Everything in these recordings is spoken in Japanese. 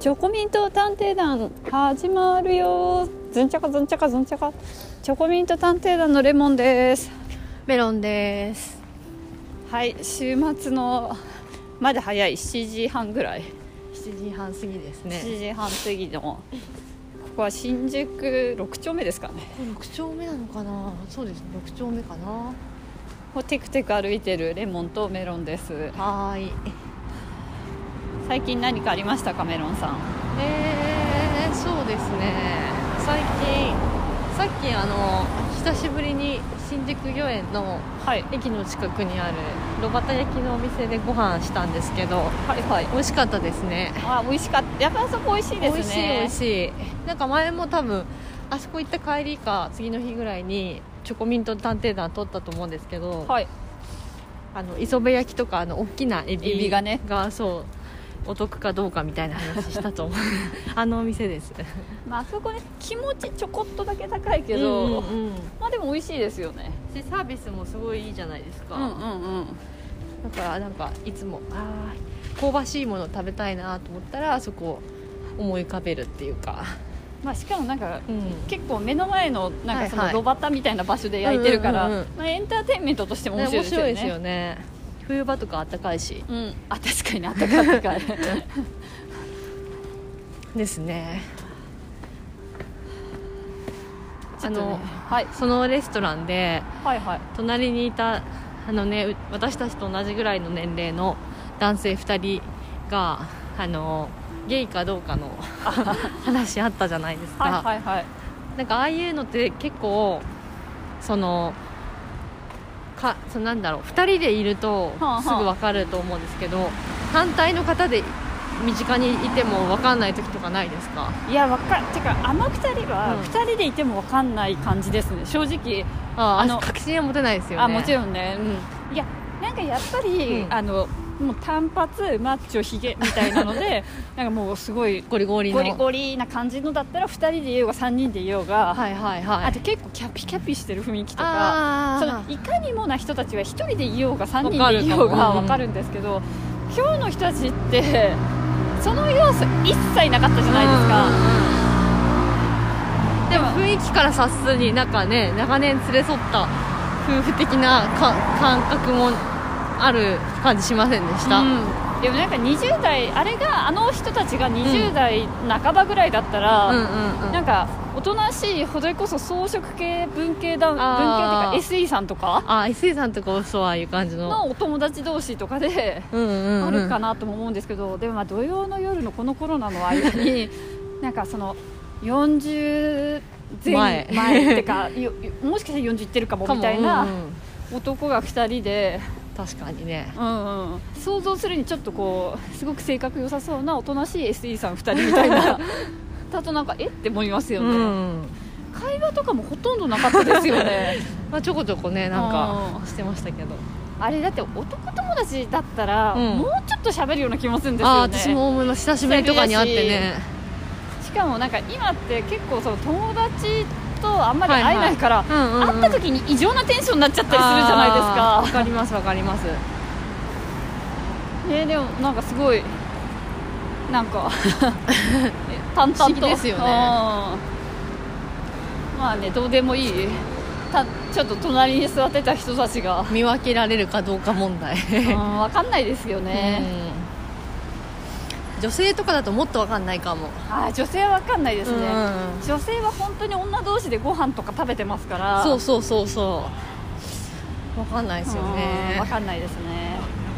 チョコミント探偵団始まるよ。ズンチャカズンチャカズンチャカ。チョコミント探偵団のレモンです。 メロンです。 はい、週末のまだ早い7時半ぐらい、 7時半過ぎですね。 7時半過ぎのここは新宿6丁目ですかね。 6丁目なのかな。そうですね、6丁目かな。 テクテク歩いてるレモンとメロンです。 はい。 最近何かありましたか、メロンさん。 そうですね、最近さっき久しぶりに新宿御苑の駅の近くにある炉端焼きのお店でご飯したんですけど、 はいはい、 美味しかったですね。 美味しかった。やっぱあそこ美味しいですね。 美味しい。なんか前も多分あそこ行った帰りか次の日ぐらいにチョコミント探偵団撮ったと思うんですけど、 はい、 磯辺焼きとか大きなエビがねそうお得かどうかみたいな話したと思うあのお店です。 あそこね、気持ちちょこっとだけ高いけど、でも美味しいですよね。 サービスもすごいいいじゃないですか。だからなんかいつも香ばしいもの食べたいなと思ったらそこを思い浮かべるっていうか、 しかもなんか、結構目の前のなんかその炉端みたいな場所で焼いてるから、エンターテインメントとしても面白いですよね。 面白いですよね。冬場とかあったかいし、 確かにあったかいですね。 はい、 そのレストランで、隣にいた私たちと同じぐらいの年齢の男性2人がゲイかどうかの話あったじゃないですか。なんかああいうのって結構なんだろう、2人でいるとすぐ分かると思うんですけど、反対の方で身近にいても分かんない時とかないですか？ いや、てかあの2人は2人でいても分かんない感じですね、正直。 確信は持てないですよね。 もちろんね、いや、なんかやっぱり、もう単発マッチョヒゲみたいなのでなんかもうすごいゴリゴリな感じのだったら2人でいようが3人でいようが、あと結構キャピキャピしてる雰囲気とか、いかにもな人たちは1人でいようが3人でいようが分かるんですけど、今日の人たちってその要素一切なかったじゃないですか。 でも雰囲気から察すになんかね、長年連れ添った夫婦的な感覚もある感じしませんでした？ でもなんか20代あれがあの人たちが20代半ばぐらいだったら、なんかおとなしい、それこそ装飾系文系っていうか SE さんとか SE さんとかそう、ああいう感じのお友達同士とかであるかなとも思うんですけど、でも土曜の夜のこのコロナの間になんかその40前ってかもしかしたら40いってるかもみたいな男が2人で、 確かにね、 想像するにちょっとこうすごく性格良さそうなおとなしい SE さん2人みたいなだとなんかって思いますよね。会話とかもほとんどなかったですよねちょこちょこね、なんかしてましたけど、 あれだって男友達だったら、もうちょっと喋るような気もするんですよね。 私も思います。久しぶりとかに会ってね。 しかもなんか今って結構その友達とあんまり会えないから、会った時に異常なテンションになっちゃったりするじゃないですか。 わかりますでもなんかすごいなんか淡々と不思議ですよね。 どうでもいいちょっと隣に座ってた人たちが見分けられるかどうか問題分かんないですよね。 女性とかだともっと分かんないかも。 女性は分かんないですね。女性は本当に女同士でご飯とか食べてますから、 そう分かんないですよね。 分かんないですね。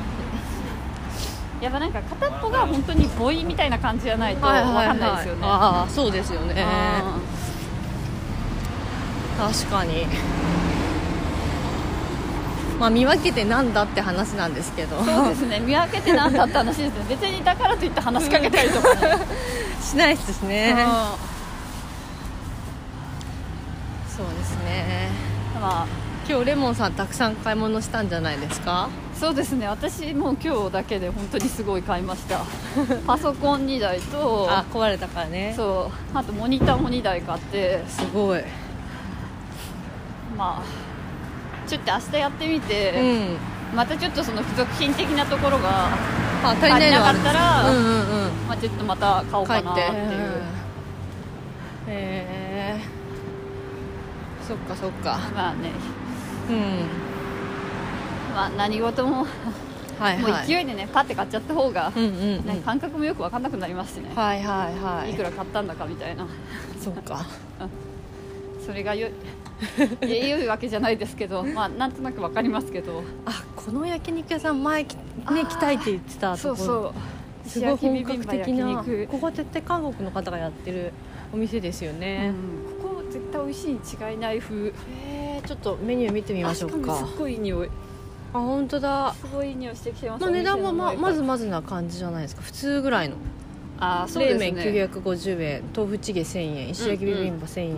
やっぱなんか片っぽが本当にボイみたいな感じじゃないと分かんないですよね。 そうですよね。確かに。見分けてなんだって話なんですけど。 そうですね、見分けてなんだって話ですね。別にだからといって話しかけたりとか、ね、 しないですね。そうですね。今日レモンさんたくさん買い物したんじゃないですか？ そうですね、私も今日だけで本当にすごい買いましたパソコン2台と壊れたからね。 あとモニターも2台買って、 すごい。 ちょっと明日やってみて、またちょっとその付属品的なところが足りないのはある足りなかったら、 まあ、ちょっとまた買おうかなっていう。 そっかそっか。 まあね、まあ何事もはいはい、 もう勢いでねパッて買っちゃった方が、なんか感覚もよく分かんなくなりますしね。 はいはいはい。 いくら買ったんだかみたいな。 そっか。 それが良いわけじゃないですけど、まあなんとなく分かりますけど。 あ、この焼肉屋さん前ね来たいって言ってたところ。 そうそう。 すごい本格的な。ここは絶対韓国の方がやってるお店ですよね。 ここ絶対美味しいに違いない風。 ちょっとメニュー見てみましょうか。 すごいいい匂い。 あ、本当だ。 すごいいい匂いしてきてます。 値段もまずまずな感じじゃないですか。普通ぐらいの。 あ、そうですね。 冷麺950円、豆腐チゲ1000円、石焼きビビンバ1000円、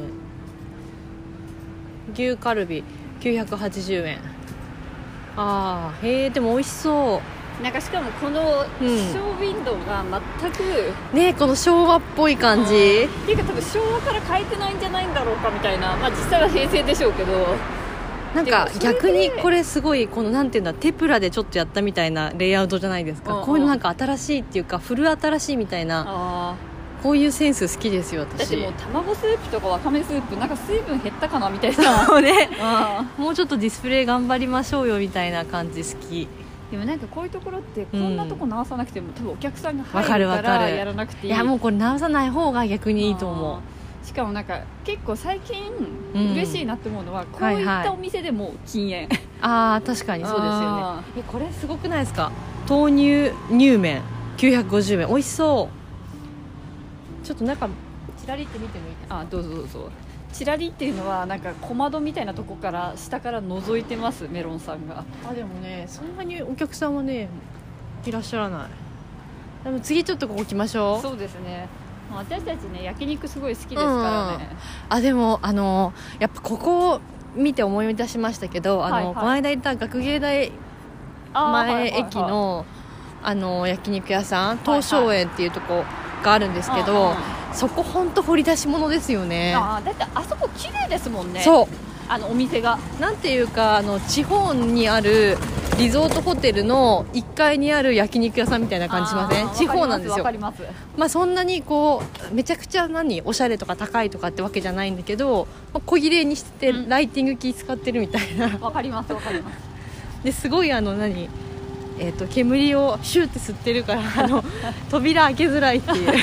牛カルビ980円。ああ、へえ、でも美味しそう。 なんかしかもこのショーウィンドウが全く、 ね、この昭和っぽい感じっていうか多分昭和から変えてないんじゃないんだろうかみたいな。まあ実際は平成でしょうけど、 なんか逆にこれすごいこのなんていうんだ、テプラでちょっとやったみたいなレイアウトじゃないですか。こういうのなんか新しいっていうか古新しいみたいな、こういうセンス好きですよ私。 だってもう卵スープとかわかめスープなんか水分減ったかなみたいな。 そうね、もうちょっとディスプレイ頑張りましょうよみたいな感じ好き。 でもなんかこういうところってこんなとこ直さなくても、多分お客さんが入るからやらなくていい。 いやもうこれ直さない方が逆にいいと思う。 しかもなんか結構最近嬉しいなって思うのは、こういったお店でも禁煙。 ああ確かにそうですよね。これすごくないですか。豆乳乳麺950円、美味しそう。ちょっと中チラリって見てもいいですか。 あ、どうぞどうぞ。チラリっていうのはなんか小窓みたいなとこから下から覗いてます、メロンさんが。 あ、でもねそんなにお客さんはねいらっしゃらない。でも次ちょっとここ来ましょう。 そうですね、私たちね焼肉すごい好きですからね。 あ、でもやっぱここを見て思い出しましたけど、この間行った学芸大前駅の焼肉屋さん、東照園っていうとこがあるんですけど、そこ本当掘り出し物ですよね。 だってあそこ綺麗ですもんね。 そうお店がなんていうか地方にあるリゾートホテルの1階にある焼肉屋さんみたいな感じしません？地方なんですよ。 わかります。 まあそんなにこうめちゃくちゃおしゃれとか高いとかってわけじゃないんだけど、小切れにしてライティング機使ってるみたいな。 わかりますわかります。 ですごい煙をシューって吸ってるから扉開けづらいっていう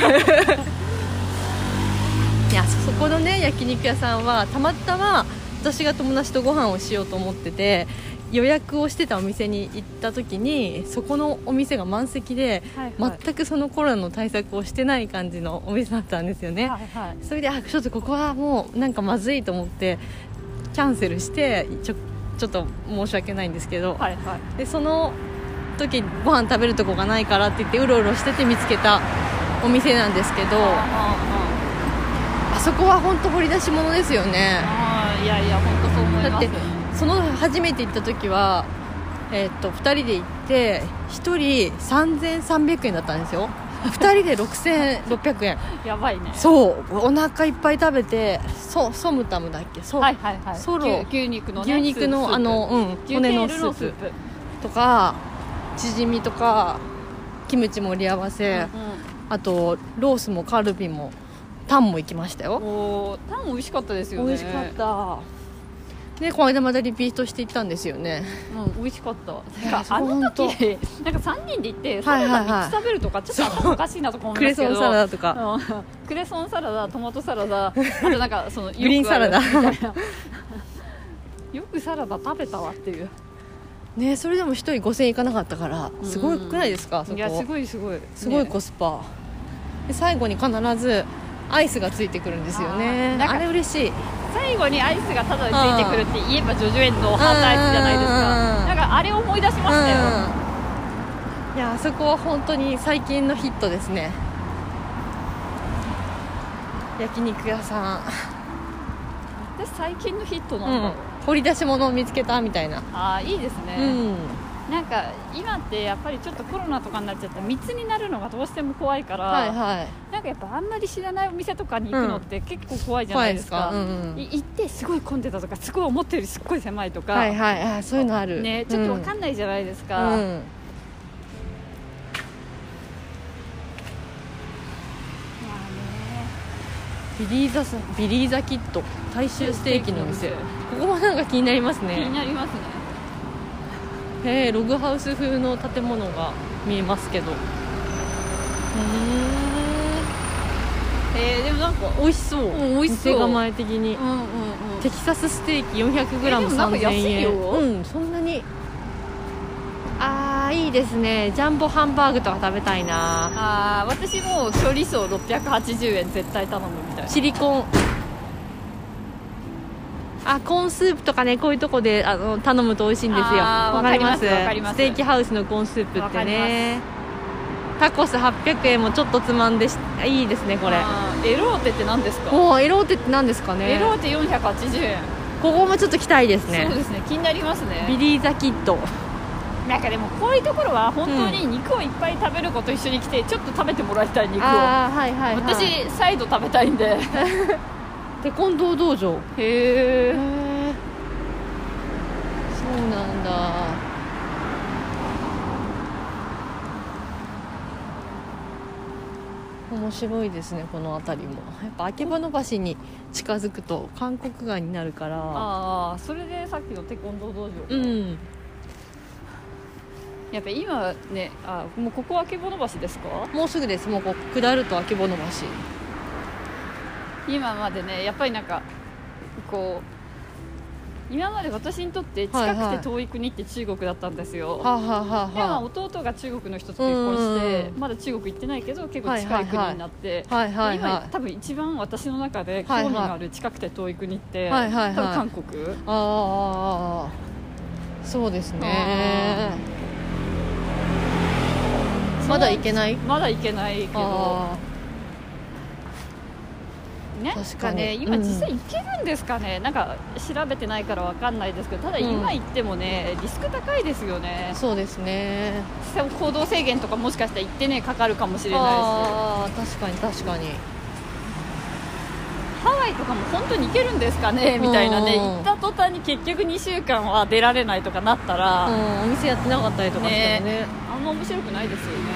いやそこのね焼肉屋さんはたまたま私が友達とご飯をしようと思ってて予約をしてたお店に行った時にそこのお店が満席で、全くそのコロナの対策をしてない感じのお店だったんですよね。それでちょっとここはもうなんかまずいと思ってキャンセルしてちょっと申し訳ないんですけど、でその時ご飯食べるとこがないからって言ってうろうろしてて見つけたお店なんですけど、あそこは本当掘り出し物ですよね。 いやいや本当そう思います。 だってその初めて行った時は、2人で行って1人3300円だったんですよ。2人で6600円やばいね。 そうお腹いっぱい食べてソムタムだっけ、ソロ牛肉の骨のスープとかチヂミとかキムチ盛り合わせ、あとロースもカルビもタンも行きましたよ。 タン美味しかったですよね。 美味しかったでこの間またリピートして行ったんですよね。 美味しかった。あの時なんか3人で行ってサラダ3つ食べるとかちょっと頭おかしいなとか思いますけど、 クレソンサラダとかクレソンサラダ、トマトサラダ、あとなんかそのグリーンサラダよくサラダ食べたわっていうね。それでも1人5000円いかなかったからすごくないですか。そこいやすごいすごいコスパで最後に必ずアイスがついてくるんですよね。あれ嬉しい。 最後にアイスがタダでついてくるって言えばジョジョ園のハートアイスじゃないですか。なんかあれを思い出しましたよ。 いやあそこは本当に最近のヒットですね。焼肉屋さん私最近のヒットなんだ、 掘り出し物を見つけたみたいな。 いいですね、なんか今ってやっぱりちょっとコロナとかになっちゃって密になるのがどうしても怖いから、なんかやっぱあんまり知らないお店とかに行くのって結構怖いじゃないですか。行ってすごい混んでたとかすごい思ったよりすっごい狭いとか、 そういうのあるね、ちょっと分かんないじゃないですか、 ビリーザキット大衆ステーキの店、ここもなんか気になりますね。 気になりますね。ログハウス風の建物が見えますけど、 でもなんか美味しそう、 美味しそう、 店構え的に、テキサスステーキ 400g3000 円、そんなに。いいですね。ジャンボハンバーグとか食べたいな。 私も処理層680円絶対頼むみたいな。 チリコンコーンスープとかね、こういうとこで頼むと美味しいんですよ。わかります。ステーキハウスのコーンスープってね。タコス800円もちょっとつまんでいいですねこれ。 エローテって何ですか？ エローテって何ですかね。 エローテ480円。 ここもちょっと来たいですね。 そうですね、気になりますね。 ビリーザキット。 なんかでもこういうところは本当に肉をいっぱい食べる子と一緒に来てちょっと食べてもらいたい肉を。私サイド食べたいんでテコンドー道場。へえ、そうなんだ。面白いですねこの辺りも。やっぱ曙橋に近づくと韓国街になるから。 それでさっきのテコンドー道場。やっぱ今ね、もうここ曙橋ですか？ もうすぐです。もうこう下ると曙橋。 今までね、やっぱりなんかこう今まで私にとって近くて遠い国って中国だったんですよ。今弟が中国の人と結婚して、まだ中国行ってないけど結構近い国になって、今多分一番私の中で興味がある近くて遠い国って多分韓国。 そうですね。まだ行けないけどなんかね、今実際行けるんですかね。なんか調べてないから分かんないですけど、ただ今行ってもね、リスク高いですよね。 そうですね。 行動制限とかもしかしたら行ってねかかるかもしれないし。 確かにハワイとかも本当に行けるんですかねみたいなね、行った途端に結局2週間は出られないとかなったら、 お店やってなかったりとかしたらね、 あんま面白くないですよね。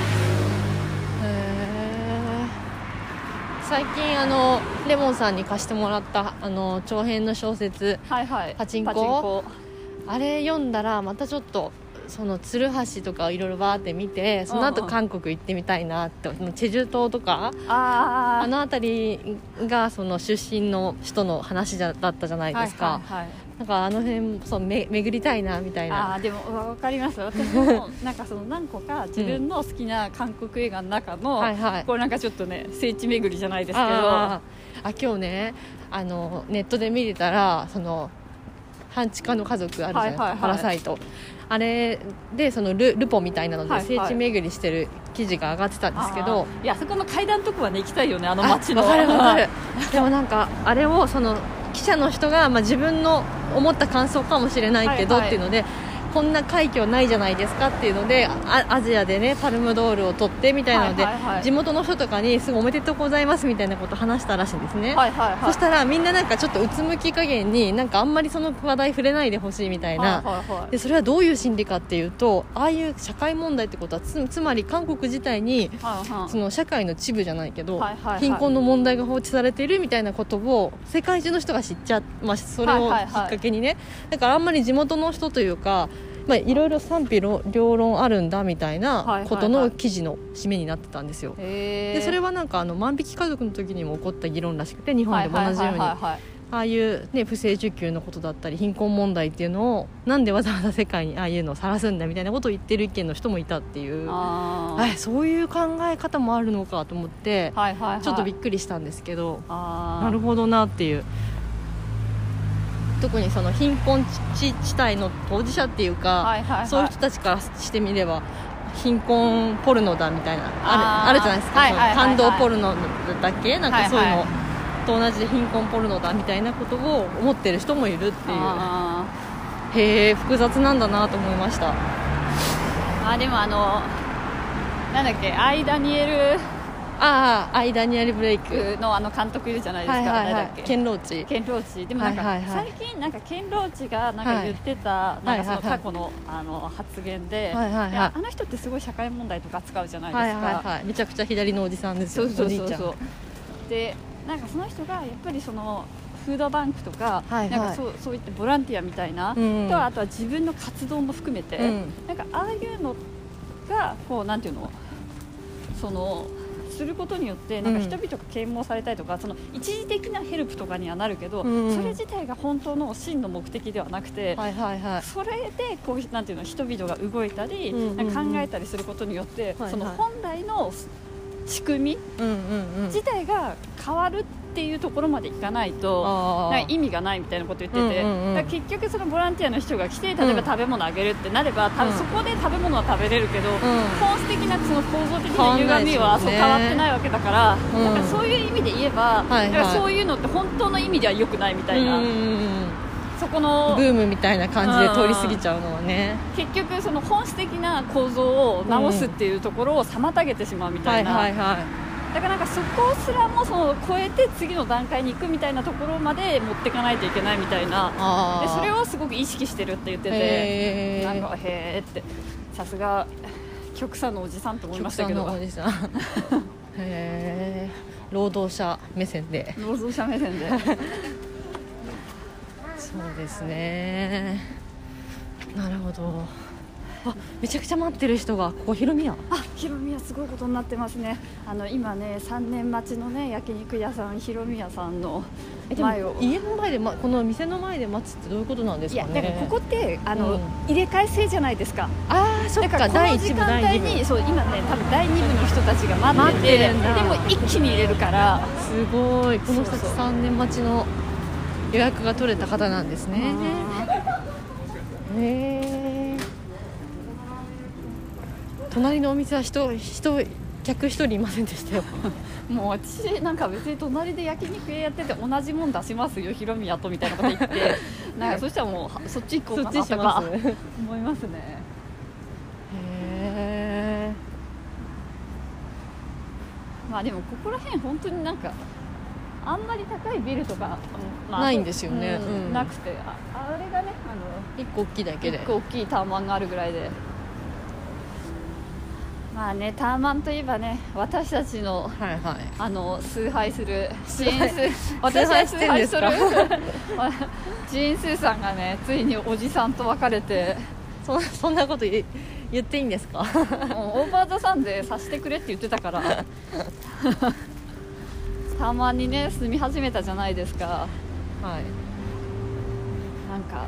最近レモンさんに貸してもらった長編の小説、パチンコ、あれ読んだらまたちょっとその鶴橋とかいろいろバーって見て、その後韓国行ってみたいなって、チェジュ島とかあの辺りがその出身の人の話だったじゃないですか。なんかあの辺巡りたいなみたいな。 でも分かります。私もなんかその何個か自分の好きな韓国映画の中の、これなんかちょっとね聖地巡りじゃないですけど、 今日ねネットで見てたらその半地下の家族あるじゃないですか、パラサイト、あれでそのルポみたいなので聖地巡りしてる記事が上がってたんですけど、 いやそこの階段とこはね行きたいよね、あの街の。 分かるでもなんかあれをその記者の人が、自分の思った感想かもしれないけどっていうので、こんな快挙ないじゃないですかっていうので、アジアでねパルムドールを取ってみたいなので、地元の人とかにすごいおめでとうございますみたいなことを話したらしいんですね。そしたらみんななんかちょっとうつむき加減に、なんかあんまりその話題触れないでほしいみたいな、でそれはどういう心理かっていうと、ああいう社会問題ってことは つまり韓国自体に、その社会の恥部じゃないけど、貧困の問題が放置されているみたいなことを世界中の人が知っちゃう、それをきっかけにね、だからあんまり地元の人というかいろいろ賛否両論あるんだみたいなことの記事の締めになってたんですよ。でそれはなんか万引き家族の時にも起こった議論らしくて、日本でも同じようにああいう、ね、不正受給のことだったり貧困問題っていうのをなんでわざわざ世界にああいうのを晒すんだみたいなことを言ってる意見の人もいたっていう、そういう考え方もあるのかと思って、ちょっとびっくりしたんですけど、なるほどなっていう。特にその貧困地帯の当事者っていうか、そういう人たちからしてみれば貧困ポルノだみたいなあるじゃないですか、感動ポルノだっけ、なんかそういうのと同じで貧困ポルノだみたいなことを思ってる人もいるっていう、へえ複雑なんだなと思いました。 でもなんだっけ、アイダニエルブレイクの監督いるじゃないですか、ケンローチでもなんか最近なんかケンローチがなんか言ってたなんかその過去の発言で、あの人ってすごい社会問題とか扱うじゃないですか、 めちゃくちゃ左のおじさんですよ。 そうでなんかその人がやっぱりそのフードバンクとか、 はいはい、 なんかそういったボランティアみたいな、とあとは自分の活動も含めて、なんかああいうのがこうなんていうの、そのすることによってなんか人々が啓蒙されたりとか、その一時的なヘルプとかにはなるけど、それ自体が本当の真の目的ではなくて、それでこうなんていうの、人々が動いたり、なんか考えたりすることによって、その本来の仕組み自体が変わるっていうところまでいかないとなんか意味がないみたいなこと言ってて、だから結局そのボランティアの人が来て例えば食べ物あげるってなれば、そこで食べ物は食べれるけど、本質的なその構造的な歪みは変わってないわけだから、だからそういう意味で言えば、だからそういうのって本当の意味では良くないみたいな、そこのブームみたいな感じで通り過ぎちゃうのはね、 結局その本質的な構造を直すっていうところを妨げてしまうみたいな、だからなんかそこすらもその超えて次の段階に行くみたいなところまで持っていかないといけないみたいな、でそれをすごく意識してるって言ってて、なんかへーって、さすが極左のおじさんと思いましたけど、 極左のおじさんへー、労働者目線で労働者目線でそうですね、なるほど。あ、めちゃくちゃ待ってる人が、ここヒロミヤ、 ヒロミヤすごいことになってますね。今ね3年待ちのね焼肉屋さんヒロミヤさんの前を、 家の前で、この店の前で待つってどういうことなんですかね。 いやだからここって入れ替え制じゃないですか。 そっか、 第1部第2部、そう今ね多分第2部の人たちが待ってて、でも一気に入れるから、 すごい、この人たち3年待ちの予約が取れた方なんですね。隣のお店は客一人いませんでしたよもう私なんか別に隣で焼肉屋やってて同じもん出しますよヒロミヤとみたいなこと言ってなんかそしたらもうそっち行こうかなとか思いますね。 へー、でもここら辺本当になんかあんまり高いビルとか、 ないんですよね、 なくて、あれがね 1個大きいだけで 1個大きいタワマンがあるぐらいで、タワマンといえばね、私たちの、崇拝するジーンス私が崇拝するジーンスーさんがねついにおじさんと別れて、 そんなこと言っていいんですかもうオーバーザさんでさせてくれって言ってたからタワマンにね住み始めたじゃないですか。なんか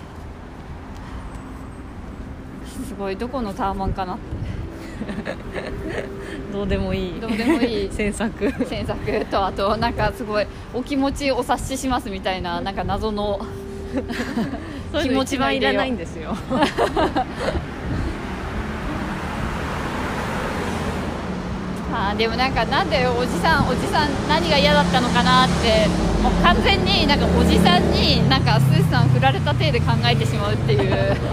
すごい、どこのタワマンかなってどうでもいい詮索と、あとなんかすごいお気持ちお察ししますみたいな、なんか謎の気持ちがいらないんですよでもなんでおじさん何が嫌だったのかなって、もう完全になんかおじさんになんかスーさん振られた体で考えてしまうっていう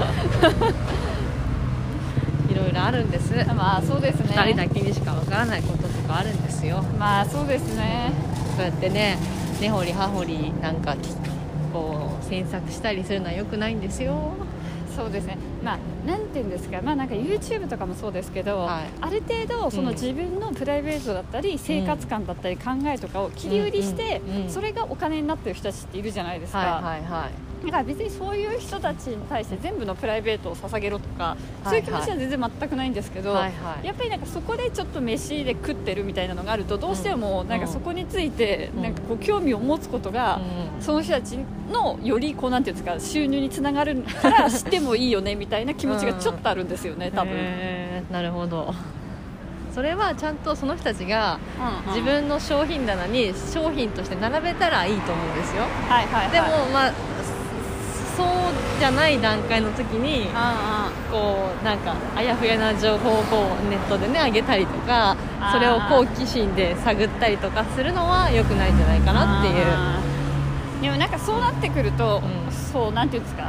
いろいろあるんです。 そうですね、 2人だけにしかわからないこととかあるんですよ。 そうですね、 こうやってね根掘り葉掘りなんかこう詮索したりするのは良くないんですよ。 そうですね、なんていうんですか、なんか YouTube とかもそうですけど、ある程度その自分のプライベートだったり、生活観だったり考えとかを切り売りして、それがお金になってる人たちっているじゃないですか。だから別にそういう人たちに対して全部のプライベートを捧げろとか、そういう気持ちは全然全くないんですけど、やっぱりなんかそこでちょっと飯で食ってるみたいなのがあると、どうしてもなんかそこについてなんかこう興味を持つことが、その人たちのよりこうなんていうんですか、収入につながるから知ってもいいよねみたいな気持ちがちょっとあるんですよね、多分。 なるほど。それはちゃんとその人たちが自分の商品棚に商品として並べたらいいと思うんですよ。でもそうじゃない段階の時にこうなんかあやふやな情報をこうネットでね上げたりとか、それを好奇心で探ったりとかするのは良くないんじゃないかなっていう。 でもなんかそうなってくると、そうなんていうんですか、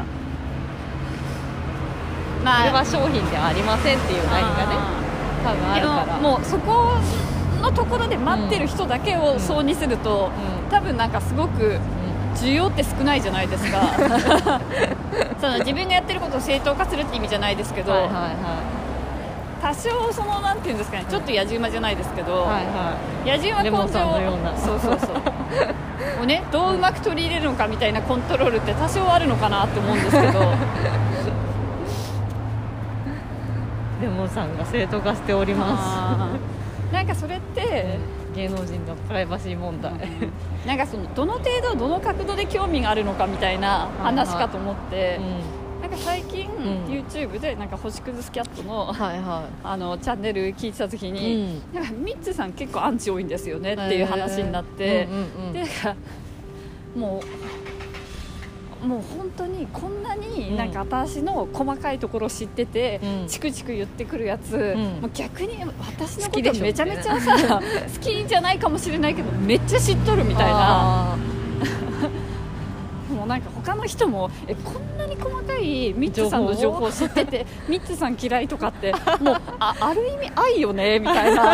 これは商品ではありませんっていうラインがね多分あるから、 もうそこのところで待ってる人だけをそうにすると、多分なんかすごく需要って少ないじゃないですかその自分がやってることを正当化するって意味じゃないですけど、 多少そのなんていうんですかね、ちょっと野じ馬じゃないですけど、 はいは野じ馬根性のようなそうをね、どううまく取り入れるのかみたいなコントロールって多少あるのかなって思うんですけどレモンさんが正当化しております。なんかそれって芸能人のプライバシー問題なんかそのどの程度どの角度で興味があるのかみたいな話かと思って、なんか最近、YouTube でなんか星屑スキャットの、チャンネル聞いてた時に、なんかミッツさん結構アンチ多いんですよねっていう話になって、でなんかもう本当にこんなになんか私の細かいところを知ってて、チクチク言ってくるやつ、もう逆に私のことめちゃめちゃさ好きじゃないかもしれないけどめっちゃ知っとるみたいなもうなんか他の人もこんなに細かいミッツさんの情報を知っててミッツさん嫌いとかってもう ある意味愛よねみたいな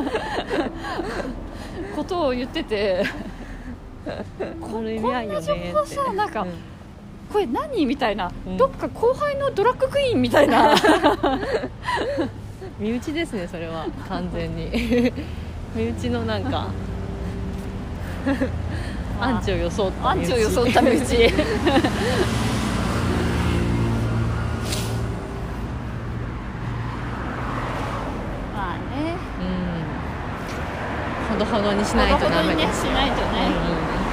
ことを言っててこんな情報さなんか、これ何みたいな、どっか後輩のドラッグクイーンみたいな身内ですねそれは完全に身内のなんかアンチを装った身内まあね、ほどほどにしないとダメです。 しないとね、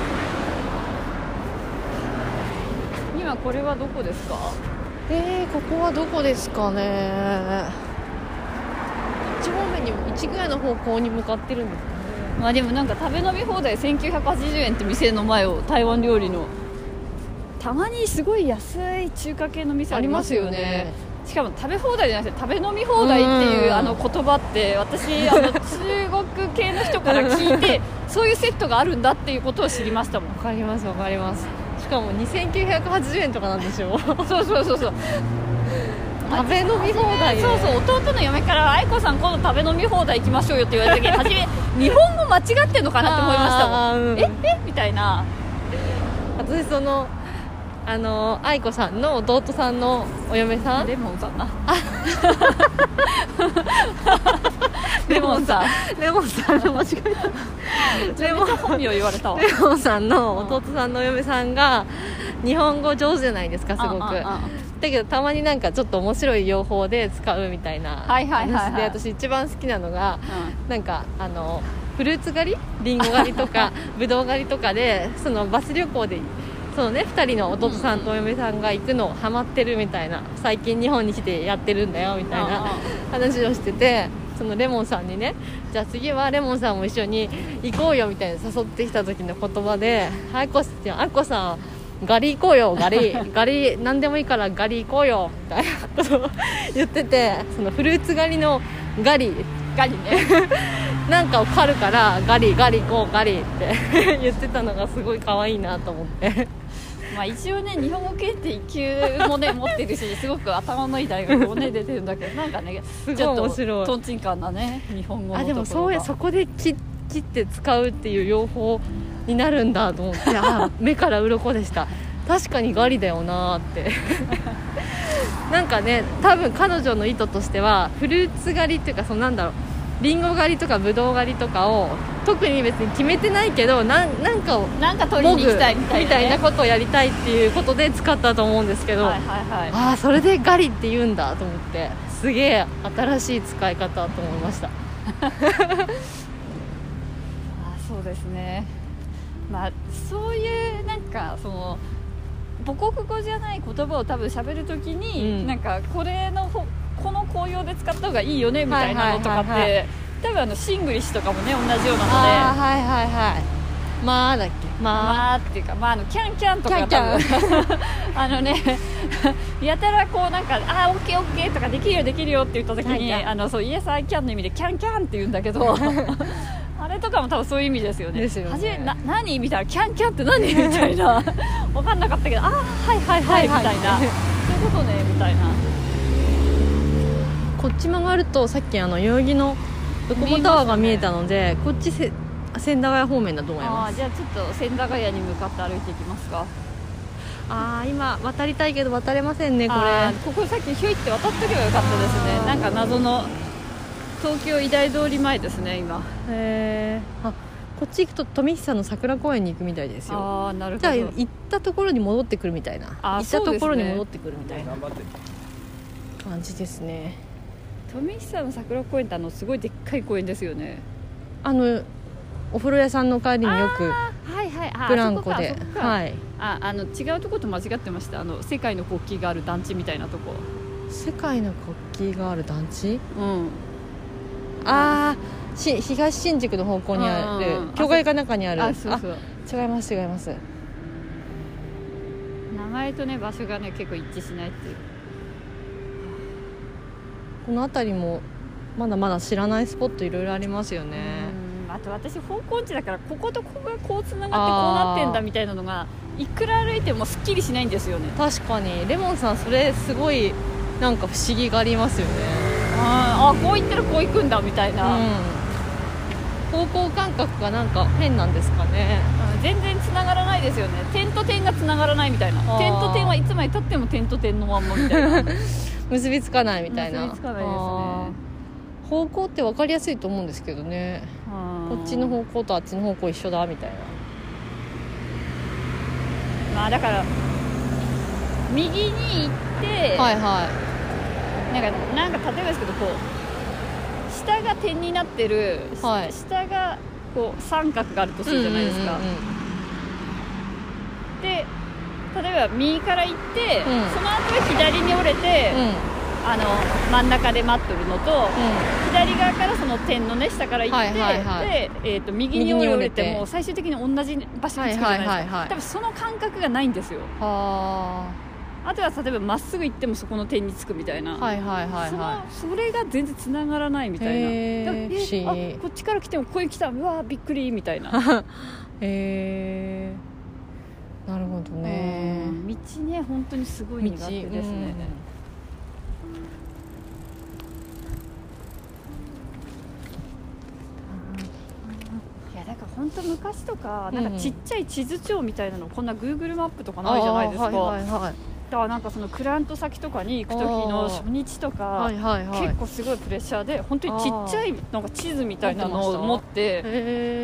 今これはどこですか？ ここはどこですかね。1方面に1ぐらいの方向に向かってるんですかね。 まあでもなんか食べ飲み放題1980円って店の前を台湾料理のたまにすごい安い中華系の店ありますよね。しかも食べ放題じゃなくて食べ飲み放題っていうあの言葉って私中国系の人から聞いてそういうセットがあるんだっていうことを知りましたもん。 わかりますわかります。しかも2980円とかなんでしょそう食べ飲み放題。 弟の嫁から愛子さん今度食べ飲み放題行きましょうよって言われた時に初め日本語間違ってんのかなって思いましたもん。みたいな。 私その愛子さんの弟さんのお嫁さんレモンさんなレモンさん間違えたレモン本名言われたわ。 レモンさんの弟さんのお嫁さんが日本語上手じゃないですかすごく。だけどたまになんかちょっと面白い用法で使うみたいな話で、私一番好きなのが、なんかフルーツ狩りリンゴ狩りとかブドウ狩りとかでそのバス旅行でそのね、2人の弟さんとお嫁さんが行くのハマってるみたいな、最近日本に来てやってるんだよみたいな話をしてて、そのレモンさんにね、じゃあ次はレモンさんも一緒に行こうよみたいな誘ってきた時の言葉で、あこさんガリ行こうよガリ何でもいいからガリ行こうよみたいなことを言ってて、そのフルーツ狩りのガリねなんかを狩るからガリ行こうガリって言ってたのがすごい可愛いなと思ってまあ一応ね日本語検定1級もね持ってるし、すごく頭のいい大学もね出てるんだけど、なんかねすごい面白いちょっとトンチンカンなね日本語のところが。 でもそこで切って使うっていう用法になるんだと思って目から鱗でした。確かにガリだよなってなんかね、多分彼女の意図としてはフルーツ狩りっていうか、そのなんだろう、リンゴ狩りとかブドウ狩りとかを特に別に決めてないけどなんか取りに行きたいみたいなことをやりたいっていうことで使ったと思うんですけど、それでガリって言うんだと思って、すげえ新しい使い方と思いましたそうですね。まあそういうなんかその母国語じゃない言葉を多分喋るときに、なんかこの公用で使った方がいいよねみたいなのとかって、多分シングリッシュとかもね同じようなので、 まあだっけ、 まあっていうか、キャンキャンとか多分やたらこうなんかオッケーオッケーとかできるよって言った時にそうイエスアイキャンの意味でキャンキャンって言うんだけどあれとかも多分そういう意味ですよね。初め何みたいな、キャンキャンって何みたいな分かんなかったけど、はいみたいな、そういうことねみたいな。 こっち曲がるとさっき代々木のドコモタワーが見えたので、こっち千駄ヶ谷方面だと思います。 じゃあちょっと千駄ヶ谷に向かって歩いていきますか。 今渡りたいけど渡れませんね、これ。 ここさっきひょいって渡っとけばよかったですね。なんか謎の東京医大通り前ですね今。 こっち行くと富久の桜公園に行くみたいですよ。 なるほど。 じゃあ行ったところに戻ってくるみたいな、行ったところに戻ってくるみたいな感じですね。 富久の桜公園ってすごいでっかい公園ですよね。 お風呂屋さんの帰りによくブランコで、 違うとこと間違ってました。世界の国旗がある団地みたいなとこ。 世界の国旗がある団地、東新宿の方向にある教会か中にある。 そうそう、 違います。 名前とね場所がね結構一致しないっていう。 この辺りもまだまだ知らないスポットいろいろありますよね。 あと私方向音痴だから、こことここがこうつながってこうなってんだみたいなのがいくら歩いてもすっきりしないんですよね。 確かにレモンさんそれすごいなんか不思議がありますよね。 こう行ったらこう行くんだみたいな、方向感覚がなんか変なんですかね。 全然つながらないですよね。点と点がつながらないみたいな。点と点はいつまでたっても点と点のまんまみたいな結びつかないみたいな。 結びつかないですね。 方向って分かりやすいと思うんですけどね。こっちの方向とあっちの方向一緒だみたいな。 だから右に行って、なんか例えばですけどこう下が点になってる、下がこう三角があるとするじゃないですか。で例えば右から行って、その後は左に折れて、真ん中で待っとるのと、左側からその点のね下から行って、で、右に折れても最終的に同じ場所に着くじゃないですか。多分その感覚がないんですよ。あとは例えばまっすぐ行ってもそこの点に着くみたいな、それが全然つながらないみたいな。こっちから来てもここに来た、うわーびっくりみたいななるほどね。 道ね本当にすごい苦手ですね。だから本当昔とかなんかちっちゃい地図帳みたいなの、こんな Google マップとかないじゃないですか。だからなんかそのクライアント先とかに行く時の初日とか、結構すごいプレッシャーで、本当にちっちゃいなんか地図みたいなのを持って、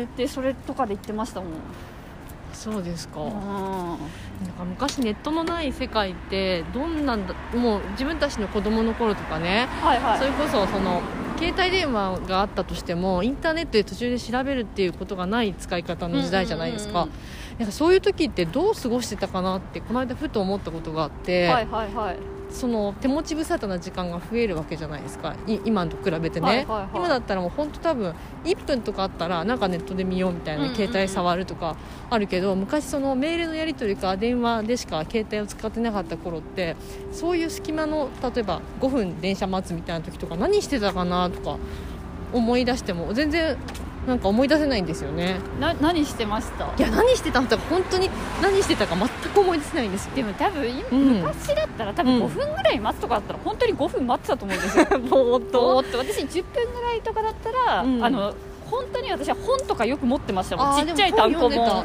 でそれとかで行ってましたもん。 そうですか。なんか昔ネットのない世界ってどんなんだ、もう自分たちの子供の頃とかね、それこそその携帯電話があったとしてもインターネットで途中で調べるっていうことがない使い方の時代じゃないですか。なんかそういう時ってどう過ごしてたかなってこの間ふと思ったことがあって、その手持ち無沙汰な時間が増えるわけじゃないですか、今と比べてね。今だったらもう本当多分1分とかあったらなんかネットで見ようみたいな、携帯触るとかあるけど、昔そのメールのやり取りか電話でしか携帯を使ってなかった頃って、そういう隙間の例えば5分電車待つみたいな時とか何してたかなとか思い出しても全然なんか思い出せないんですよね。 何してました？ いや何してたのか本当に何してたか全く思い出せないんです。 でも多分、昔だったら多分5分ぐらい待つとかだったら本当に5分待ってたと思うんですよぼーっと私10分ぐらいとかだったら、本当に私は本とかよく持ってましたもん。ちっちゃい単行本。なん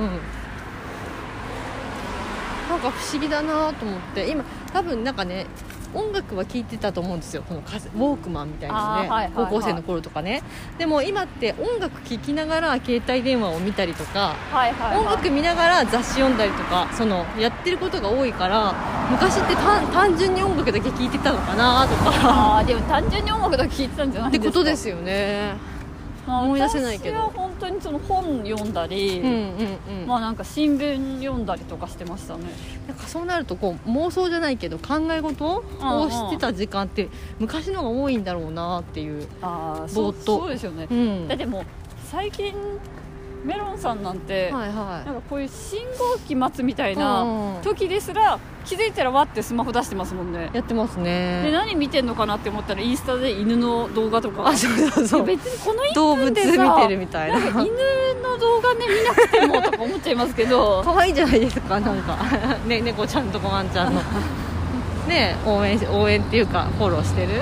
か不思議だなと思って、今多分なんかね音楽は聴いてたと思うんですよ、このウォークマンみたいなね、高校生の頃とかね。でも今って音楽聴きながら携帯電話を見たりとか、音楽見ながら雑誌読んだりとか、そのやってることが多いから、昔って単純に音楽だけ聴いてたのかなとかでも単純に音楽だけ聴いてたんじゃないですかってことですよね。思い出せないけど、 私は本当にその本読んだり、なんか新聞読んだりとかしてましたね。 なんかそうなるとこう妄想じゃないけど考え事をしてた時間って昔のが多いんだろうなっていう。ぼーっとそうですよね。だってもう最近メロンさんなんて、なんかこういう信号機待つみたいな時ですら気づいたらわってスマホ出してますもんね。 やってますね。 で何見てんのかなって思ったらインスタで犬の動画とか。 そう別にこの動物見てるみたいな。 なんか犬の動画ね見なくてもとか思っちゃいますけど可愛いじゃないですか。なんかね、猫ちゃんとかワンちゃんのね応援っていうかフォローしてる。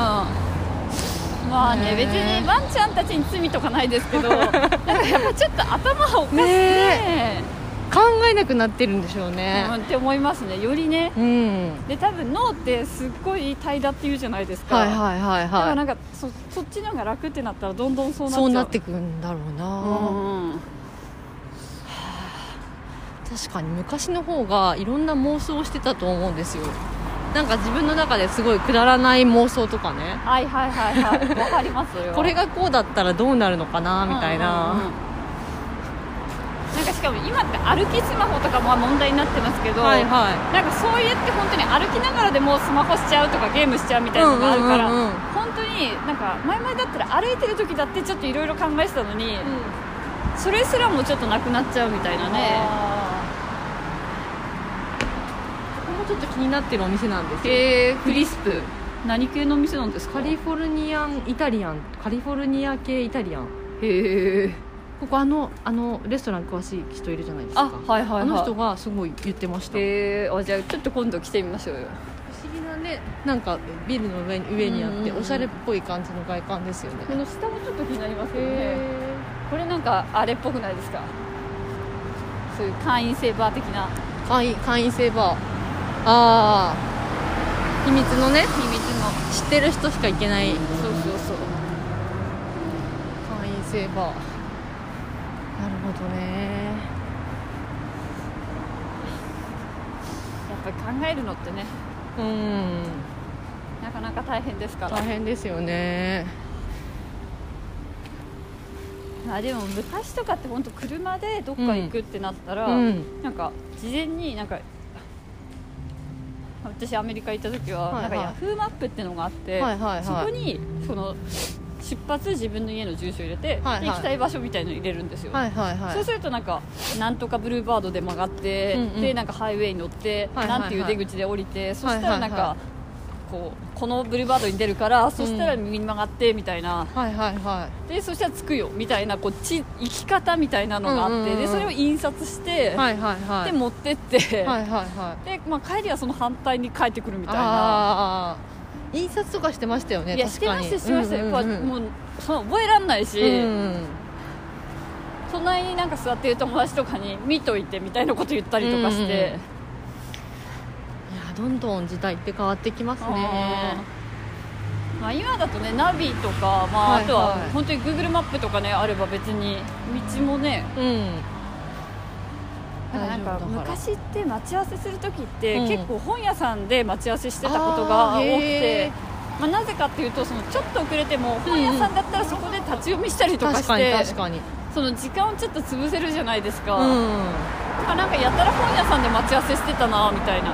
まあね、別にワンちゃんたちに罪とかないですけどなんかやっぱちょっと頭をおかしいね。 考えなくなってるんでしょうね、 って思いますね、よりね、で多分脳ってすっごい怠惰って言うじゃないですか。だからなんかそっちの方が楽ってなったらどんどんそうなってくんだろうな、 確かに昔の方がいろんな妄想をしてたと思うんですよ。なんか自分の中ですごいくだらない妄想とかね、 わかりますよ。 これがこうだったらどうなるのかなみたいな、 なんかしかも今って歩きスマホとかも問題になってますけど、なんかそうやって本当に歩きながらでもスマホしちゃうとかゲームしちゃうみたいなのがあるから、本当になんか前々だったら歩いてる時だってちょっといろいろ考えてたのに、それすらもちょっとなくなっちゃうみたいなね。 ちょっと気になってるお店なんですよ。 クリスプ、何系のお店なんですか？ カリフォルニア系イタリアン。ここレストラン詳しい人いるじゃないですか。あの人がすごい言ってました。 じゃあちょっと今度来てみましょうよ。 不思議なね、なんかビルの上にあっておしゃれっぽい感じの外観ですよね。 この下もちょっと気になりますけどね。これなんかあれっぽくないですか？そういう会員制バー的な。 会員制バー、秘密の知ってる人しか行けない、 そう会員制バー。なるほどね。 やっぱり考えるのってね、なかなか大変ですから。 大変ですよね。 でも昔とかって本当車でどっか行くってなったら、なんか事前になんか私アメリカ行った時はなんかヤフーマップってのがあって、そこにその出発自分の家の住所入れて、行きたい場所みたいの入れるんですよ。そうするとなんかなんとかブルーバードで曲がって、でなんかハイウェイに乗って、なんていう出口で降りて、そしたらなんかこのブルーバードに出るから、そしたら右に曲がってみたいな、でそしたら着くよみたいな行き方みたいなのがあって、でそれを印刷して、で持ってって、で、帰りはその反対に帰ってくるみたいな。 印刷とかしてましたよね。 いやしてましたよ、もう覚えらんないし、隣になんか座ってる友達とかに見といてみたいなこと言ったりとかして、 どんどん時代って変わってきますね。 今だとねナビとか、あとは本当に Google マップとかねあれば別に道もね、なんか昔って待ち合わせする時って、結構本屋さんで待ち合わせしてたことが多くて、なぜかっていうとそのちょっと遅れても本屋さんだったらそこで立ち読みしたりとかして、その時間をちょっと潰せるじゃないですか。なんかやったら本屋さんで待ち合わせしてたなみたいな。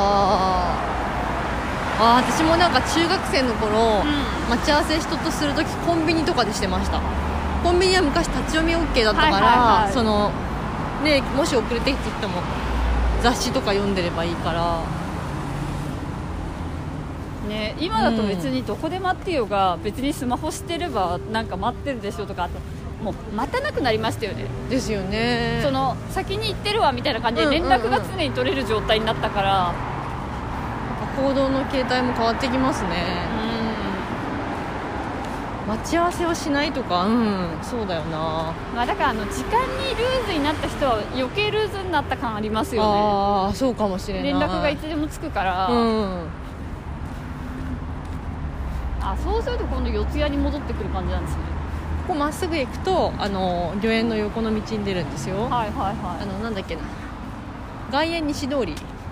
私もなんか中学生の頃、待ち合わせ人とするときコンビニとかでしてました。コンビニは昔立ち読み OK だったから、そのね、もし遅れてきても雑誌とか読んでればいいからね。今だと別にどこで待ってようが、別にスマホしてればなんか待ってるでしょとか、あともう待たなくなりましたよね。 ですよね。 その先に行ってるわみたいな感じで連絡が常に取れる状態になったから、 行動の形態も変わってきますね。待ち合わせをしないとか、そうだよな。 だから時間にルーズになった人は余計ルーズになった感ありますよね。 そうかもしれない。 連絡がいつでもつくから、そうすると今度四谷に戻ってくる感じなんですね。 ここまっすぐ行くと御苑の横の道に出るんですよ。なんだっけな、外苑西通り。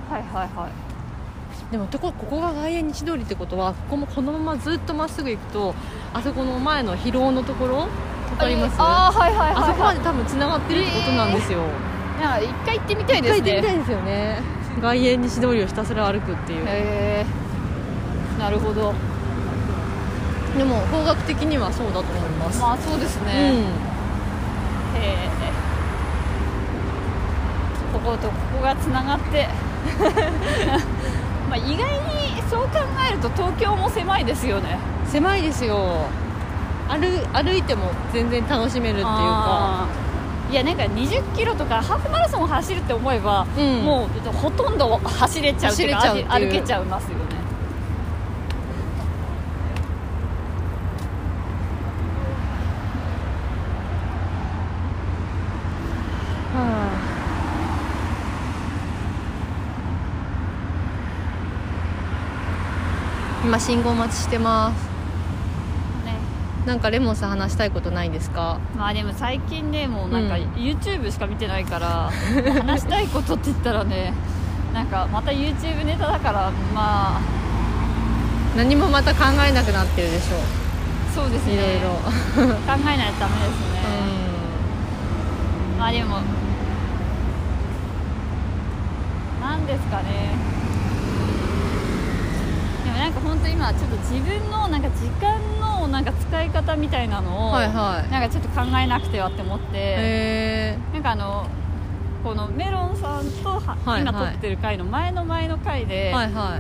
でもここが外苑西通りってことは、ここもこのままずっとまっすぐ行くと、あそこの前の広尾のところわかります？あそこまで多分つながってるってことなんですよ。 一回行ってみたいですね。 一回行ってみたいですよね。外苑西通りをひたすら歩くっていう。 なるほど。 でも方角的にはそうだと思います。 そうですね。こことここがつながって意外にそう考えると東京も狭いですよね。 狭いですよ。歩いても全然楽しめるっていうか。 いやなんか20キロとかハーフマラソンを走るって思えば、もうほとんど走れちゃうっていうか、歩けちゃいますよね。 今信号待ちしてますね。 なんかレモンさん話したいことないですか？ まあでも最近ねもうなんか YouTube しか見てないから、話したいことって言ったらねなんかまた YouTube ネタだからまあ何もまた考えなくなってるでしょ。 そうですね、 いろいろ考えないとダメですね、まあでもなんですかね、でもなんか本当今ちょっと自分のなんか時間のなんか使い方みたいなのを、 はいはい、 なんかちょっと考えなくてはって思って、なんかこのメロンさんと、はいはい、今撮ってる回の前の回で、はいはい、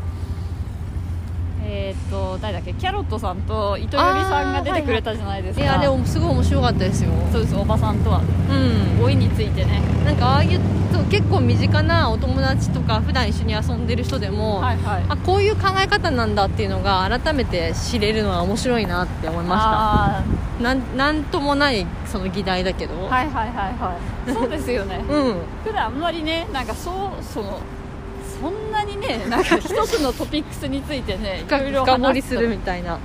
誰だっけ、キャロットさんと糸よりさんが出てくれたじゃないですか。 いやでもすごい面白かったですよ。 そうです、おばさんとは、老いについてね、 なんかああいう結構身近なお友達とか普段一緒に遊んでる人でも、はいはい、あこういう考え方なんだっていうのが改めて知れるのは面白いなって思いました。なんともないその議題だけど、 はいはいはいはいそうですよね、普段あんまりねなんかそんなにねなんか一つのトピックスについてねいろいろ深掘りするみたいな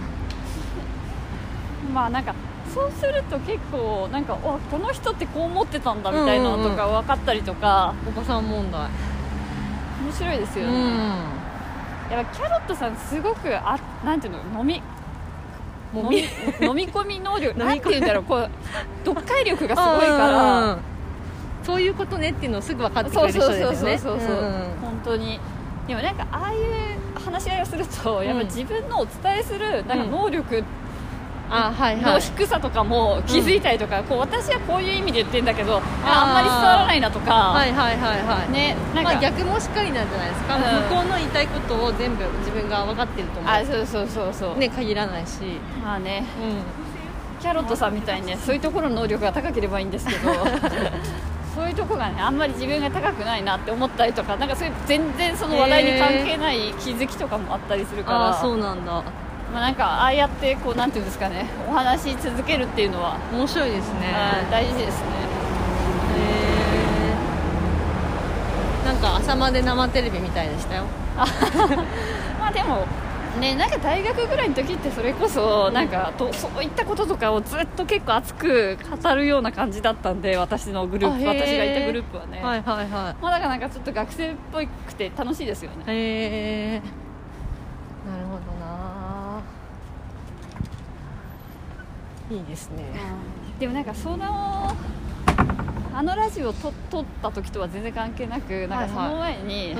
まあなんかそうすると結構なんかこの人ってこう思ってたんだみたいなのとか分かったりとか、 お子さん問題面白いですよね、やっぱキャロットさんすごくなんていうの飲み込み能力なんていうんだろう、こう読解力がすごいからそういうことねっていうのをすぐ分かってくれる人ですよね。 そう本当に。でもなんかああいう話し合いをするとやっぱ自分のお伝えするなんか能力の低さとかも気づいたりとか、こう私はこういう意味で言ってるんだけどあんまり伝わらないなとか、ね、なんか逆もしっかりなんじゃないですか、向こうの言いたいことを全部自分が分かってると思う。 そうね、限らないし、 まあね、キャロットさんみたいにねそういうところの能力が高ければいいんですけどそういうところがねあんまり自分が高くないなって思ったりとか、なんかそういう全然その話題に関係ない気づきとかもあったりするから、 そうなんだ。 まあ、なんかああやってこうなんていうんですかね、お話し続けるっていうのは面白いですね。 大事ですね。 なんか朝まで生テレビみたいでしたよまあでもね、なんか大学ぐらいの時ってそれこそなんかそういったこととかをずっと結構熱く語るような感じだったんで、私がいたグループはね、まあだからなんかちょっと学生っぽくて楽しいですよね。 なるほどな、いいですね。 でもなんかあのラジオを撮った時とは全然関係なく、なんかその前に、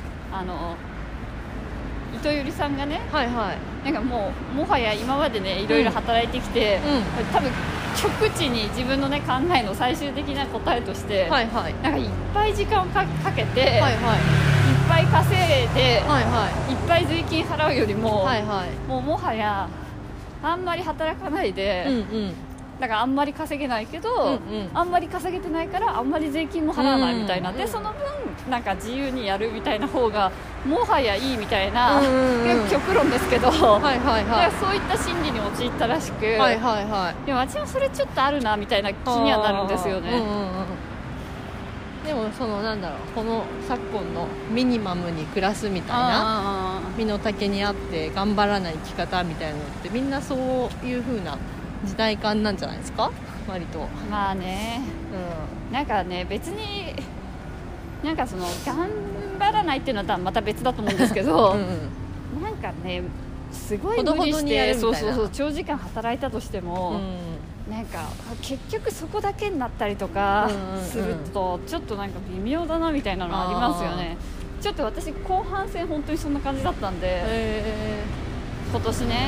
糸よりさんがね、なんかもはや今までねいろいろ働いてきて、多分極地に自分のね考えの最終的な答えとして、なんかいっぱい時間をかけて、いっぱい稼いで、いっぱい税金払うよりも、もはやあんまり働かないで、だからあんまり稼げないけど、あんまり稼げてないからあんまり税金も払わないみたいな、でその分なんか自由にやるみたいな方がもはやいいみたいな、極論ですけど、だからそういった心理に陥ったらしく、でも私もそれちょっとあるなみたいな気にはなるんですよね。 でもなんだろう、この昨今のミニマムに暮らすみたいな、身の丈にあって頑張らない生き方みたいなのってみんなそういう風な時代感なんじゃないですか、割と。 まあね、なんかね別になんか頑張らないっていうのはまた別だと思うんですけどなんかねすごい無理して長時間働いたとしても、なんか結局そこだけになったりとかするとちょっとなんか微妙だなみたいなのありますよね。ちょっと私後半戦本当にそんな感じだったんで、今年ね、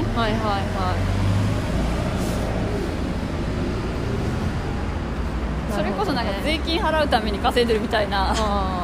それこそなんか税金払うために稼いでるみたいな。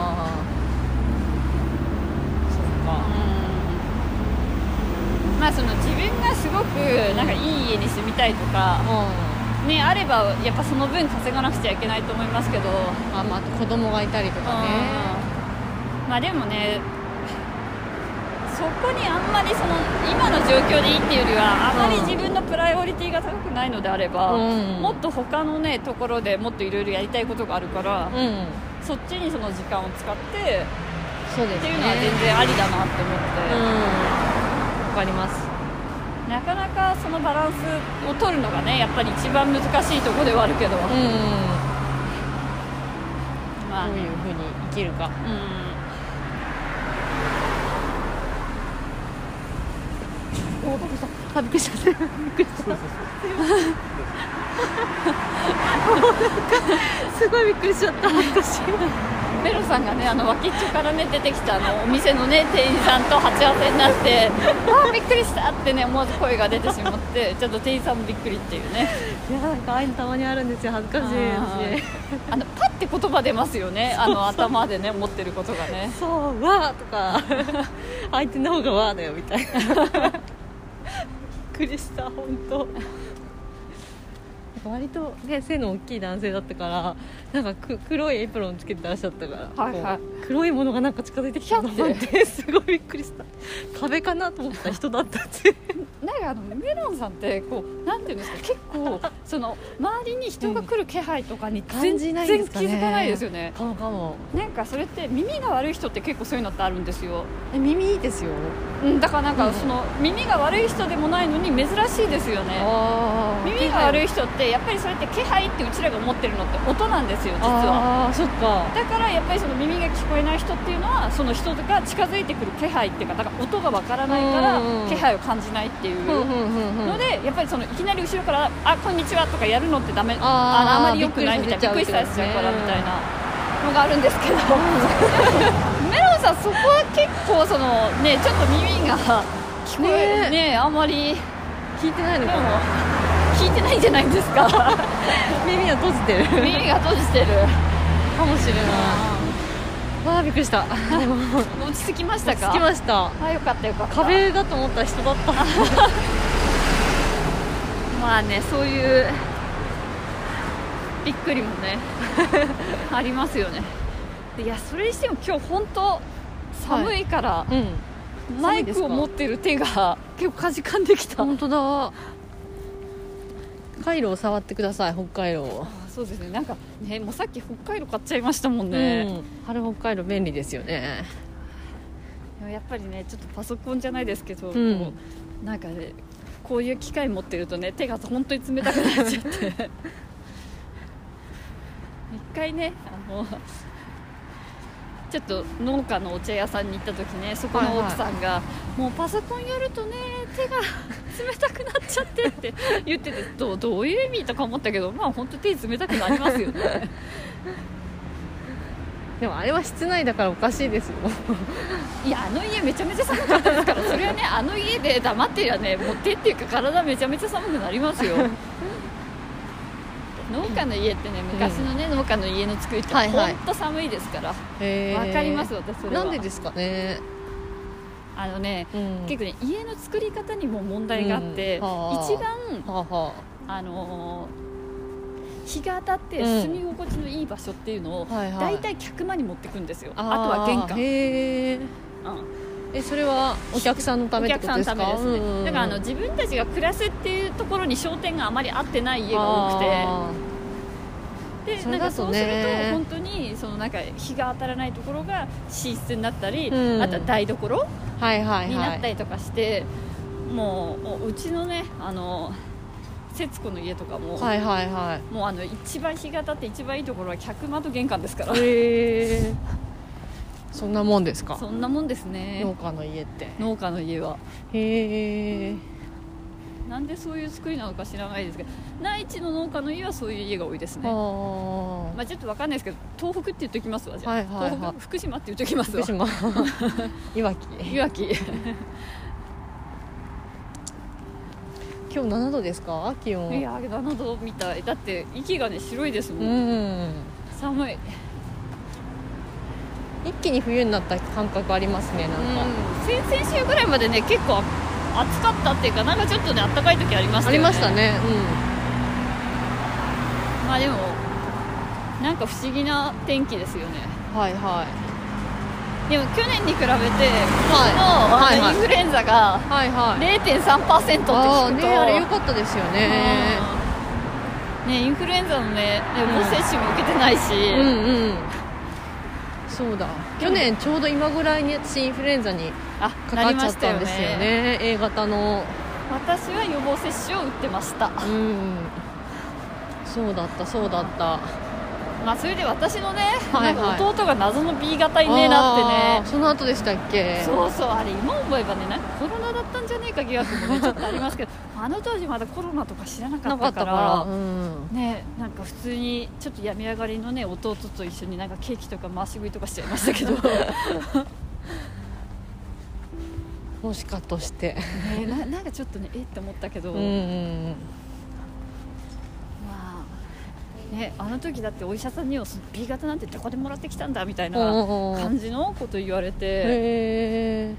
まあ自分がすごくなんかいい家に住みたいとか、ね、あればやっぱその分稼がなくちゃいけないと思いますけど、 あと子供がいたりとかね。 まあでもね、そこにあんまり今の状況でいいっていうよりは、あまり自分のプライオリティが高くないのであれば、もっと他のねところでもっといろいろやりたいことがあるから、そっちにその時間を使ってっていうのは全然ありだなって思って。 かります。 なかなかそのバランスを取るのがねやっぱり一番難しいところではあるけど、まあ、どういうふうに生きるか、お、びっくりした。びっくりした。びっくりした。すごいびっくりしちゃった。恥ずかしい。 ベロさんがね脇っちょからね出てきたお店のね店員さんと鉢合わせになってあびっくりしたってね思わず声が出てしまってちょっと店員さんもびっくりっていうね。 いやなんかああいうのたまにあるんですよ。恥ずかしいしパッて言葉出ますよね。頭でね思ってることがね。 そうわーとか相手の方がわーだよみたいな。びっくりした本当。割と、ね、背の大きい男性だったからなんか黒いエプロンつけてらっしゃったから、はいはい、黒いものがなんか近づいてきたと思ってすごいびっくりした。壁かなと思ったら人だったってなんかメロンさんってこうなんていうんですか結構その周りに人が来る気配とかに全然気づかないですよね。 かもなんかそれって耳が悪い人って結構そういうのってあるんですよ。 耳いいですよ。 だからなんかその耳が悪い人でもないのに珍しいですよね。耳が悪い人ってやっぱりそれって気配ってうちらが思ってるのって音なんですよ実は。 そっか。 だからやっぱりその耳が聞こえない人っていうのはその人が近づいてくる気配っていうかだから音がわからないから気配を感じないっていうのでやっぱりそのいきなり後ろからあこんにちはとかやるのってダメあまり良くないみたいなびっくりさせちゃうからみたいなのがあるんですけどメロンさんそこは結構そのねちょっと耳が聞こえねあんまり聞いてないのかな。 聞いてないんじゃないですか耳が閉じてる耳が閉じてるかもしれない。わあびっくりした。でも落ち着きましたか。 落ち着きました。 あよかったよかった。 壁だと思ったら人だったまあねそういうびっくりもねありますよね。いやそれにしても今日本当寒いから、はいマイクを持ってる手が結構かじかんできた。 本当だ。カイロを触ってください。北海道を。 そうですね。なんかねもうさっき北海道買っちゃいましたもんね。 春北海道便利ですよね。 でもやっぱりねちょっとパソコンじゃないですけど、なんかねこういう機械持ってるとね手が本当に冷たくなっちゃって一回ねちょっと農家のお茶屋さんに行った時ねそこの奥さんが、もうパソコンやるとね手が冷たくなっちゃってって言っててどういう意味とか思ったけどまあ本当手冷たくなりますよねでもあれは室内だからおかしいですよいや家めちゃめちゃ寒かったですからそれはね家で黙ってりゃねもう手っていうか体めちゃめちゃ寒くなりますよ農家の家ってね昔のね、農家の家の作りって本当寒いですから、わかります私それは。 なんでですかね。 結構ね家の作り方にも問題があって、一番日が当たって住み心地のいい場所っていうのを大体客間に持ってくんですよ。あとは玄関。 それはお客さんのためってことですか。 お客さんのためですね。だから自分たちが暮らすっていうところに焦点があまり合ってない家が多くてでなんかそうすると本当にそのなんか日が当たらないところが寝室になったり、あとは台所になったりとかして、もううちのね節子の家とかも、もう一番日が当たって一番いいところは客間と玄関ですから。 そんなもんですか。 そんなもんですね。 農家の家って。 農家の家は。 へえ。 なんでそういう作りなのか知らないですけど、内地の農家の家はそういう家が多いですね。まあちょっとわかんないですけど、東北って言っときますわ。じゃあ、東北福島って言っときますわ。 福島。いわき。 いわき。 今日7度ですか？気温。 いや7度みたい。だって息がね白いですもん。寒い。 一気に冬になった感覚ありますね。なんか、 先々週ぐらいまでね結構暑かったっていうかなんかちょっとね暖かい時ありましたよね。 ありましたね。 まあでもなんか不思議な天気ですよね。 はいはい。 でも去年に比べて今年のインフルエンザが 0.3% って聞くと、 あれ良かったですよね。 インフルエンザのね予防接種も受けてないし、 そうだ、去年ちょうど今ぐらいに私インフルエンザにかかっちゃったんですよね。 A 型の。 私は予防接種を打ってました。 そうだったそうだった。 まあ、それで私のね、なんか弟が謎の B 型になってね。 その後でしたっけ。 そうそう、あれ今思えばね、なんかコロナだったんじゃねえか疑惑もねちょっとありますけどあの当時まだコロナとか知らなかったから、ね、なんか普通にちょっと病み上がりのね弟と一緒になんかケーキとか回し食いとかしちゃいましたけどもしかとして、 なんかちょっとねって思ったけど、ね、あの時だってお医者さんには B 型なんてどこでもらってきたんだみたいな感じのこと言われて、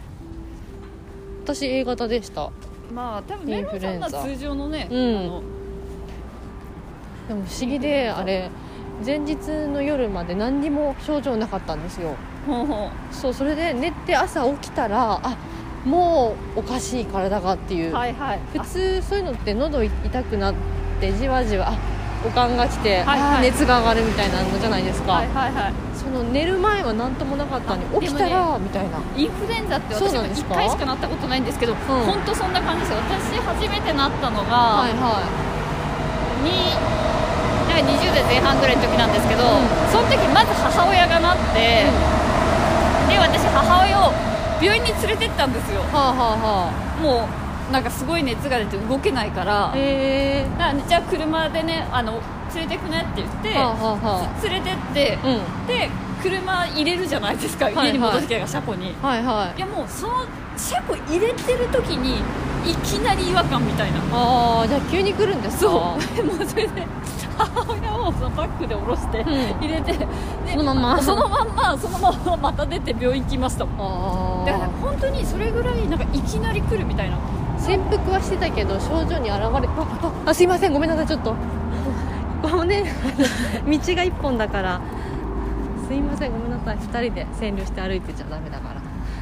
私 A 型でした。 まあ多分メロンさんは通常のね、 でも不思議で、あれ前日の夜まで何にも症状なかったんですよ。そう、それで寝て朝起きたら、あ、もうおかしい体がっていう、普通そういうのって喉痛くなってじわじわおかんが来て、熱が上がるみたいなのじゃないですか。その寝る前は何ともなかったのに起きたら、みたいな。 インフルエンザって私も1回しかなったことないんですけど、本当そんな感じですよ。私初めてなったのが、20代前半ぐらいの時なんですけど、その時まず母親がなって、で私母親を病院に連れてったんですよ。もうなんかすごい熱が出て動けないから、だからじゃあ車でね連れてくねって言って、連れてって、で車入れるじゃないですか、家に戻ってきたから車庫に、いやもうその車庫入れてる時にいきなり違和感みたいな。 じゃあ急に来るんですか。 そうもうそれで母親をそのバッグで下ろして入れて、でそのまままた出て病院来ましたもん。だから本当にそれぐらいなんかいきなり来るみたいな。 潜伏はしてたけど症状に現れ、すいません、ごめんなさい、ちょっとここね道が一本だから、すいません、ごめんなさい、2人で占領して歩いてちゃダメだから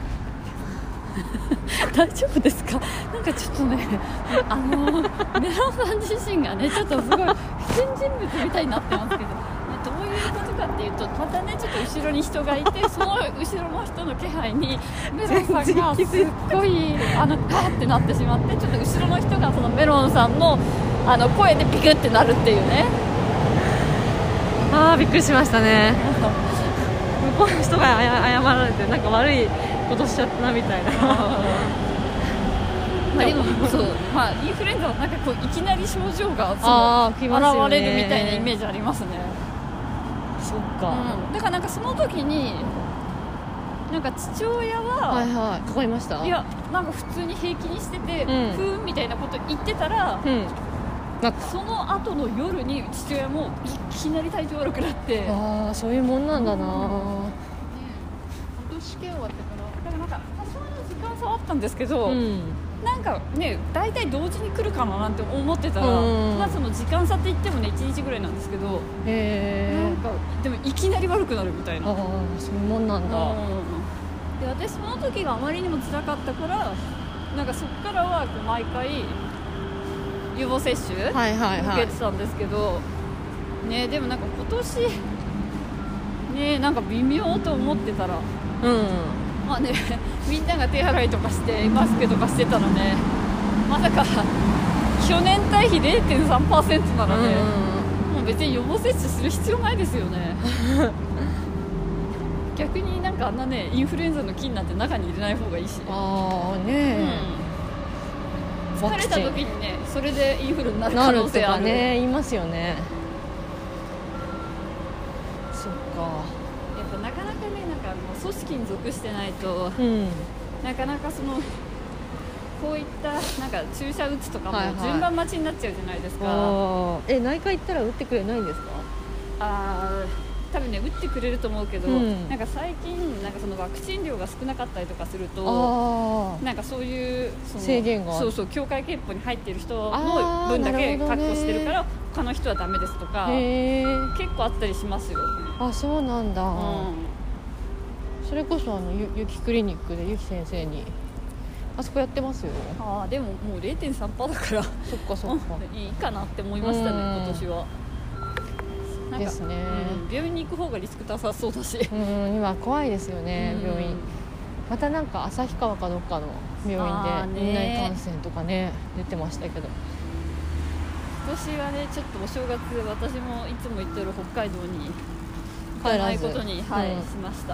大丈夫ですか。なんかちょっとねメロンさん自身がねちょっとすごい不審人物みたいになってますけど、どういうことかっていうと、またねちょっと後ろに人がいて、その後ろの人の気配にメロンさんがすっごいガーってなってしまって、ちょっと後ろの人がそのメロンさんの声でビクってなるっていうね。 びっくりしましたね向こうの人が謝られて、なんか悪いことしちゃったなみたいなでもそう、インフルエンザはなんかこういきなり症状が現れるみたいなイメージありますね。 そっか、 だからなんかその時になんか父親はかかりました。 いやなんか普通に平気にしてて、ふーんみたいなこと言ってたら、その後の夜に父親もいきなり体調悪くなって。 そういうもんなんだな。 試験終わってからだからなんか多少の時間差はあったんですけど、なんかね大体同時に来るかななんて思ってたら、その時間差って言ってもね1日ぐらいなんですけど、なんかでもいきなり悪くなるみたいな。 そういうもんなんだ。 で私その時があまりにも辛かったから、なんかそこからはこう毎回予防接種受けてたんですけど、ね、でもなんか今年ねなんか微妙と思ってたら、まあねみんなが手洗いとかしてマスクとかしてたらね、まさか去年対比 0.3% ならね、もう別に予防接種する必要ないですよね逆になんかあんなねインフルエンザの菌なんて中に入れない方がいいし、疲れた時にねそれでインフルになる可能性あるね、言いますよね。そっか。 やっぱなかなかねなんか組織に属してないと、なかなかそのこういったなんか注射打つとかも順番待ちになっちゃうじゃないですか。 内科行ったら打ってくれないんですか。 多分ね打ってくれると思うけど、なんか最近なんかそのワクチン量が少なかったりとかすると、なんかそういう制限が協会憲法に入っている人の分だけ確保してるから他の人はダメですとか結構あったりしますよ。 そうなんだ。それこそゆきクリニックでゆき先生にあそこやってますよ。 でももう 0.3% だからそっかそっかいいかなって思いましたね今年は。 ですね、 病院に行く方がリスク高そうだし、 今怖いですよね、病院。またなんか旭川かどっかの病院で院内感染とかね出てましたけど、 今年はねちょっとお正月私もいつも行ってる北海道に行かないことに、しました。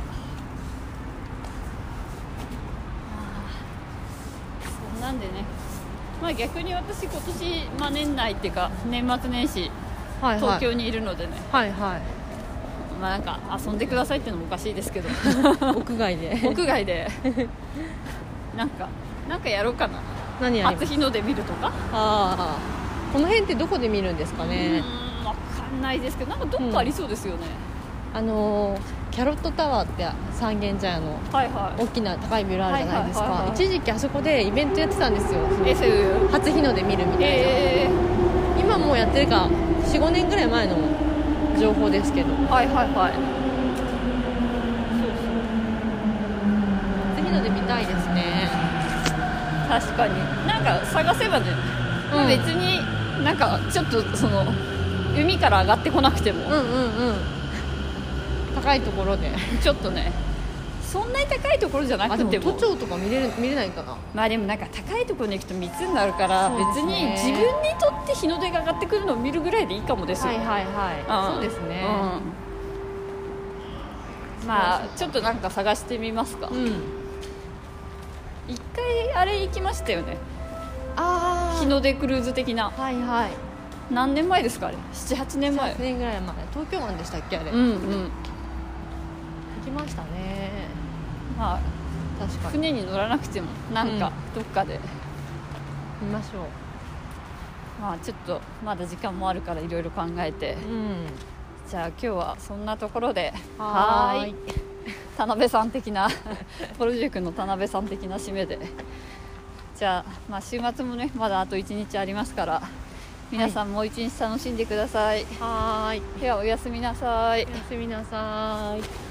そうなんでね、逆に私今年、年内っていうか年末年始、東京にいるのでね、なんか遊んでくださいっていうのもおかしいですけど屋外でなんかやろうかな。 何やります？ 初日の出見るとか。 この辺ってどこで見るんですかね。 分かんないですけど、なんかどっかありそうですよね。 キャロットタワーって三軒茶屋の大きな高いビルあるじゃないですか。一時期あそこでイベントやってたんですよ。初日の出見るみたいな、今もうやってるか 4,5 年ぐらい前の情報ですけど、初日の出見たいですね。 確かになんか探せばね、別になんかちょっとその海から上がってこなくても、 高いところでちょっとね、そんなに高いところじゃなくても、 でも都庁とか見れないかな。 でもなんか高いところに行くと密になるから、別に自分にとって日の出が上がってくるのを見るぐらいでいいかもですよ。 そうですね、 ちょっとなんか探してみますか。一回あれ行きましたよね、日の出クルーズ的な。何年前ですかあれ。7、8年前。 7年ぐらい前。東京湾でしたっけあれ。行きましたね。確かに船に乗らなくてもなんかどっかで見ましょう。 ちょっとまだ時間もあるからいろいろ考えて、じゃあ今日はそんなところで、田辺さん的なポルジュ君の田辺さん的な締めで、じゃあ、週末もねまだあと1日ありますから、皆さんもう一日楽しんでください。ではおやすみなさい。 おやすみなさい。